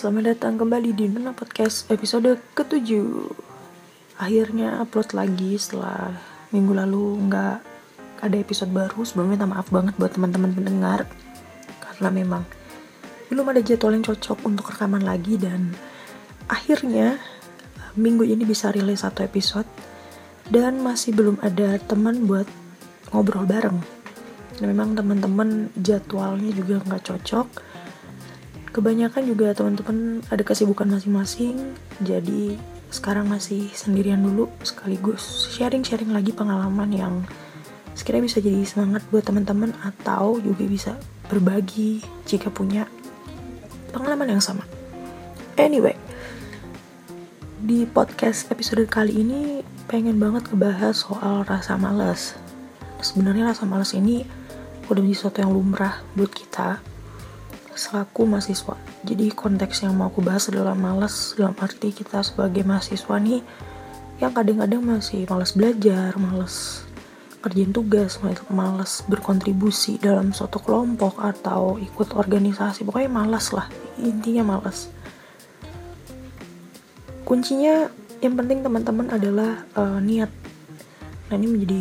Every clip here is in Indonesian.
selamat datang kembali di Nuna Podcast episode ke-7. Akhirnya upload lagi setelah minggu lalu nggak ada episode baru. Sebelumnya minta maaf banget buat teman-teman pendengar, karena memang belum ada jadwal yang cocok untuk rekaman lagi. Dan akhirnya minggu ini bisa rilis 1 episode, dan masih belum ada teman buat ngobrol bareng. Dan memang teman-teman jadwalnya juga nggak cocok. Kebanyakan juga teman-teman ada kesibukan masing-masing, jadi sekarang masih sendirian dulu, sekaligus sharing-sharing lagi pengalaman yang sekiranya bisa jadi semangat buat teman-teman, atau juga bisa berbagi jika punya pengalaman yang sama. Anyway, di podcast episode kali ini pengen banget ngebahas soal rasa malas. Sebenarnya rasa malas ini udah menjadi sesuatu yang lumrah buat kita selaku mahasiswa. Jadi konteks yang mau aku bahas adalah malas dalam arti kita sebagai mahasiswa nih yang kadang-kadang masih malas belajar, malas kerjain tugas, malas berkontribusi dalam suatu kelompok atau ikut organisasi. Pokoknya malas lah, intinya malas. Kuncinya yang penting teman-teman adalah niat. Nah, ini menjadi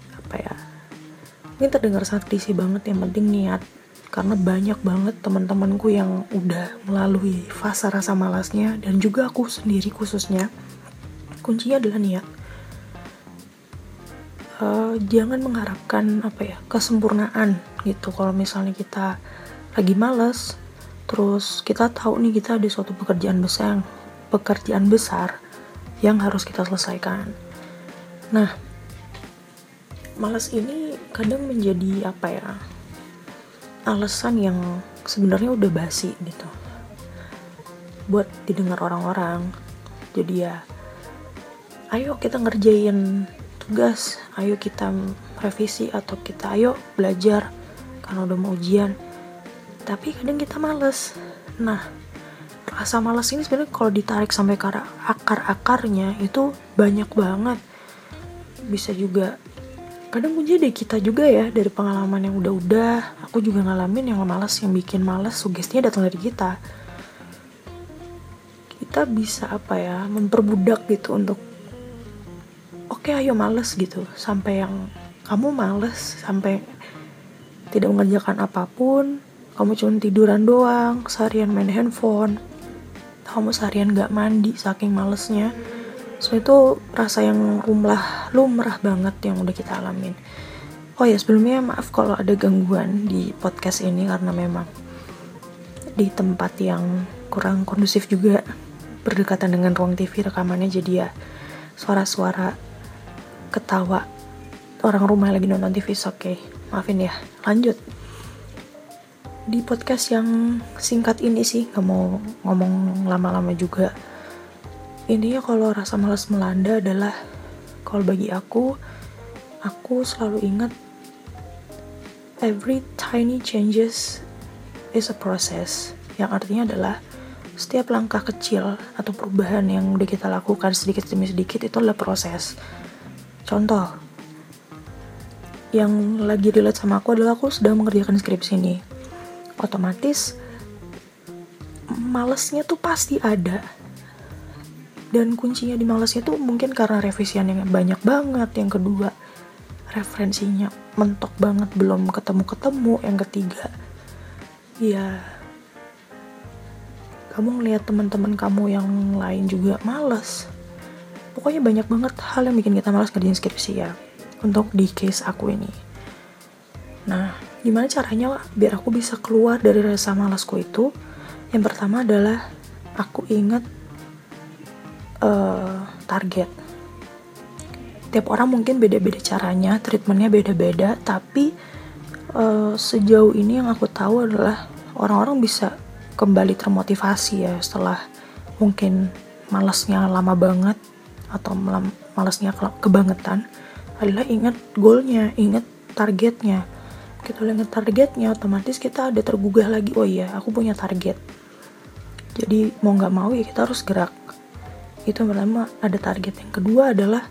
ini terdengar sangat klise banget, yang penting niat. Karena banyak banget teman-temanku yang udah melalui fase rasa malasnya, dan juga aku sendiri khususnya. Kuncinya adalah niat. Jangan mengharapkan kesempurnaan gitu. Kalau misalnya kita lagi malas, terus kita tahu nih kita ada suatu pekerjaan besar yang harus kita selesaikan. Nah, malas ini kadang menjadi alasan yang sebenarnya udah basi gitu buat didengar orang-orang. Jadi ya, ayo kita ngerjain tugas, ayo kita revisi, atau kita ayo belajar karena udah mau ujian. Tapi kadang kita malas. Nah, rasa malas ini sebenarnya kalau ditarik sampai ke akar-akarnya itu banyak banget. Bisa juga kadang kunci dari kita juga ya, dari pengalaman yang udah aku juga ngalamin yang malas, yang bikin malas, sugestinya datang dari kita bisa memperbudak gitu untuk oke, ayo malas gitu, sampai yang kamu malas sampai tidak mengerjakan apapun, kamu cuma tiduran doang, seharian main handphone, kamu seharian gak mandi saking malesnya. So itu rasa yang lumrah banget yang udah kita alamin. Oh ya, sebelumnya maaf kalau ada gangguan di podcast ini, karena memang di tempat yang kurang kondusif juga, berdekatan dengan ruang TV rekamannya. Jadi ya suara-suara ketawa orang rumah lagi nonton TV, oke, maafin ya. Lanjut. Di podcast yang singkat ini sih, gak mau ngomong lama-lama juga. Intinya kalau rasa malas melanda adalah, kalau bagi aku selalu ingat every tiny changes is a process, yang artinya adalah setiap langkah kecil atau perubahan yang udah kita lakukan sedikit demi sedikit itu adalah proses. Contoh yang lagi relate sama aku adalah aku sedang mengerjakan skripsi ini. Otomatis malesnya tuh pasti ada. Dan kuncinya di malasnya tuh mungkin karena revisian yang banyak banget. Yang kedua, referensinya mentok banget, belum ketemu. Yang ketiga, ya kamu ngeliat teman-teman kamu yang lain juga malas. Pokoknya banyak banget hal yang bikin kita malas ngerjain skripsi ya, untuk di case aku ini. Nah, gimana caranya biar aku bisa keluar dari rasa malasku itu? Yang pertama adalah aku ingat target. Tiap orang mungkin beda-beda caranya, treatmentnya beda-beda, tapi sejauh ini yang aku tahu adalah orang-orang bisa kembali termotivasi ya setelah mungkin malasnya lama banget atau malasnya kebangetan, adalah ingat goalnya, ingat targetnya. Kita ingat targetnya, otomatis kita ada tergugah lagi, oh iya aku punya target, jadi mau gak mau ya kita harus gerak. Itu yang pertama, ada target. Yang kedua adalah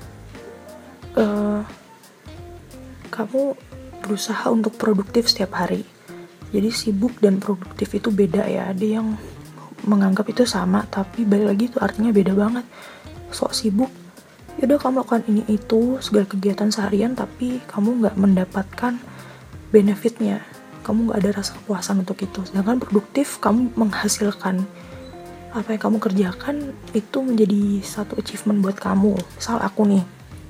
kamu berusaha untuk produktif setiap hari. Jadi sibuk dan produktif itu beda ya. Ada yang menganggap itu sama, tapi balik lagi itu artinya beda banget. Sok sibuk, yaudah kamu lakukan ini itu segala kegiatan seharian, tapi kamu nggak mendapatkan benefitnya, kamu nggak ada rasa kepuasan untuk itu. Sedangkan produktif, kamu menghasilkan apa yang kamu kerjakan itu menjadi satu achievement buat kamu. Misal aku nih,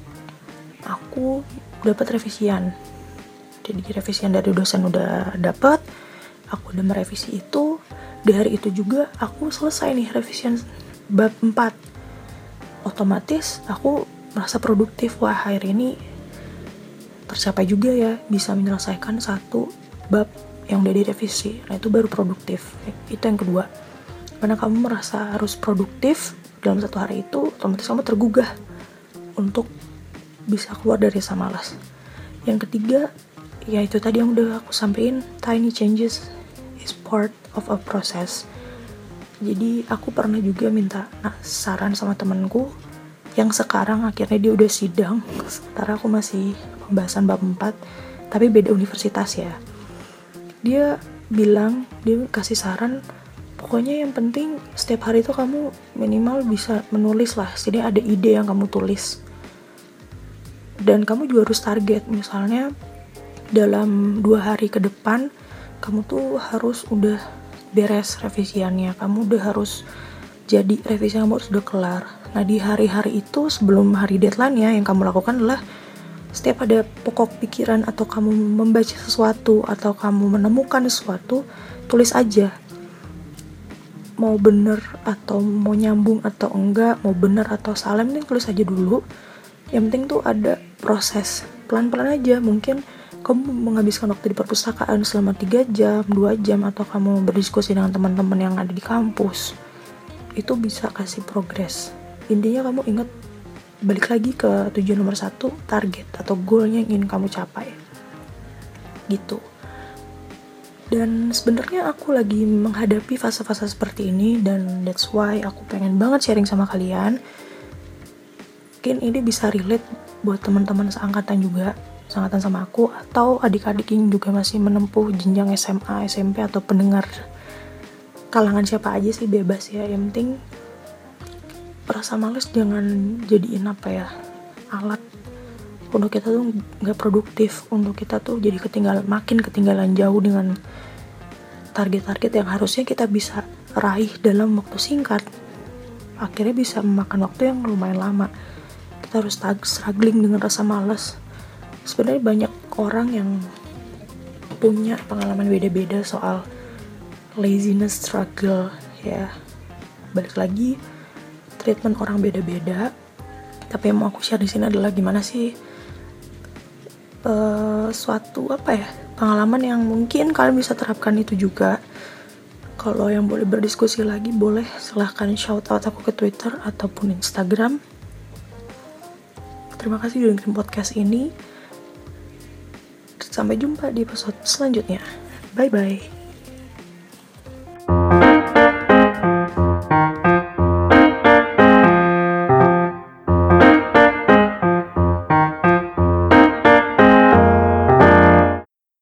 aku dapat revisian, jadi revisian dari dosen udah dapat, aku udah merevisi itu. Di hari itu juga aku selesai nih revisian bab 4. Otomatis aku merasa produktif. Wah, hari ini tercapai juga ya, bisa menyelesaikan satu bab yang udah direvisi. Nah, itu baru produktif. Itu yang kedua. Karena kamu merasa harus produktif dalam satu hari itu, otomatis kamu tergugah untuk bisa keluar dari rasa malas. Yang ketiga, ya itu tadi yang udah aku sampein, tiny changes is part of a process. Jadi aku pernah juga minta saran sama temanku yang sekarang akhirnya dia udah sidang, sementara aku masih pembahasan bab 4, tapi beda universitas ya. Dia bilang, dia kasih saran, pokoknya yang penting setiap hari itu kamu minimal bisa menulis lah, jadi ada ide yang kamu tulis. Dan kamu juga harus target, misalnya dalam 2 hari ke depan kamu tuh harus udah beres revisiannya, kamu udah harus jadi revisi kamu harus udah kelar. Nah, di hari-hari itu sebelum hari deadline ya, yang kamu lakukan adalah setiap ada pokok pikiran atau kamu membaca sesuatu atau kamu menemukan sesuatu, tulis aja. Mau bener atau mau nyambung atau enggak, mau bener atau salah, mending tulis aja dulu. Yang penting tuh ada proses, pelan-pelan aja. Mungkin kamu menghabiskan waktu di perpustakaan selama 3 jam, 2 jam, atau kamu berdiskusi dengan teman-teman yang ada di kampus. Itu bisa kasih progres. Intinya kamu ingat, balik lagi ke tujuan nomor 1, target atau goalnya yang ingin kamu capai. Gitu. Dan sebenarnya aku lagi menghadapi fase-fase seperti ini, dan that's why aku pengen banget sharing sama kalian. Mungkin ini bisa relate buat teman-teman seangkatan juga, seangkatan sama aku, atau adik-adik yang juga masih menempuh jenjang SMA, SMP, atau pendengar kalangan siapa aja sih, bebas ya. Yang penting rasa males jangan jadiin alat untuk kita tuh nggak produktif, untuk kita tuh jadi makin ketinggalan jauh dengan target-target yang harusnya kita bisa raih dalam waktu singkat. Akhirnya bisa memakan waktu yang lumayan lama. Kita harus struggling dengan rasa malas. Sebenarnya banyak orang yang punya pengalaman beda-beda soal laziness struggle ya. Balik lagi, treatment orang beda-beda. Tapi yang mau aku share di sini adalah gimana sih suatu pengalaman yang mungkin kalian bisa terapkan itu juga. Kalau yang boleh berdiskusi lagi, boleh silahkan shout out aku ke Twitter ataupun Instagram. Terima kasih udah dengerin podcast ini. Sampai jumpa di episode selanjutnya. Bye bye.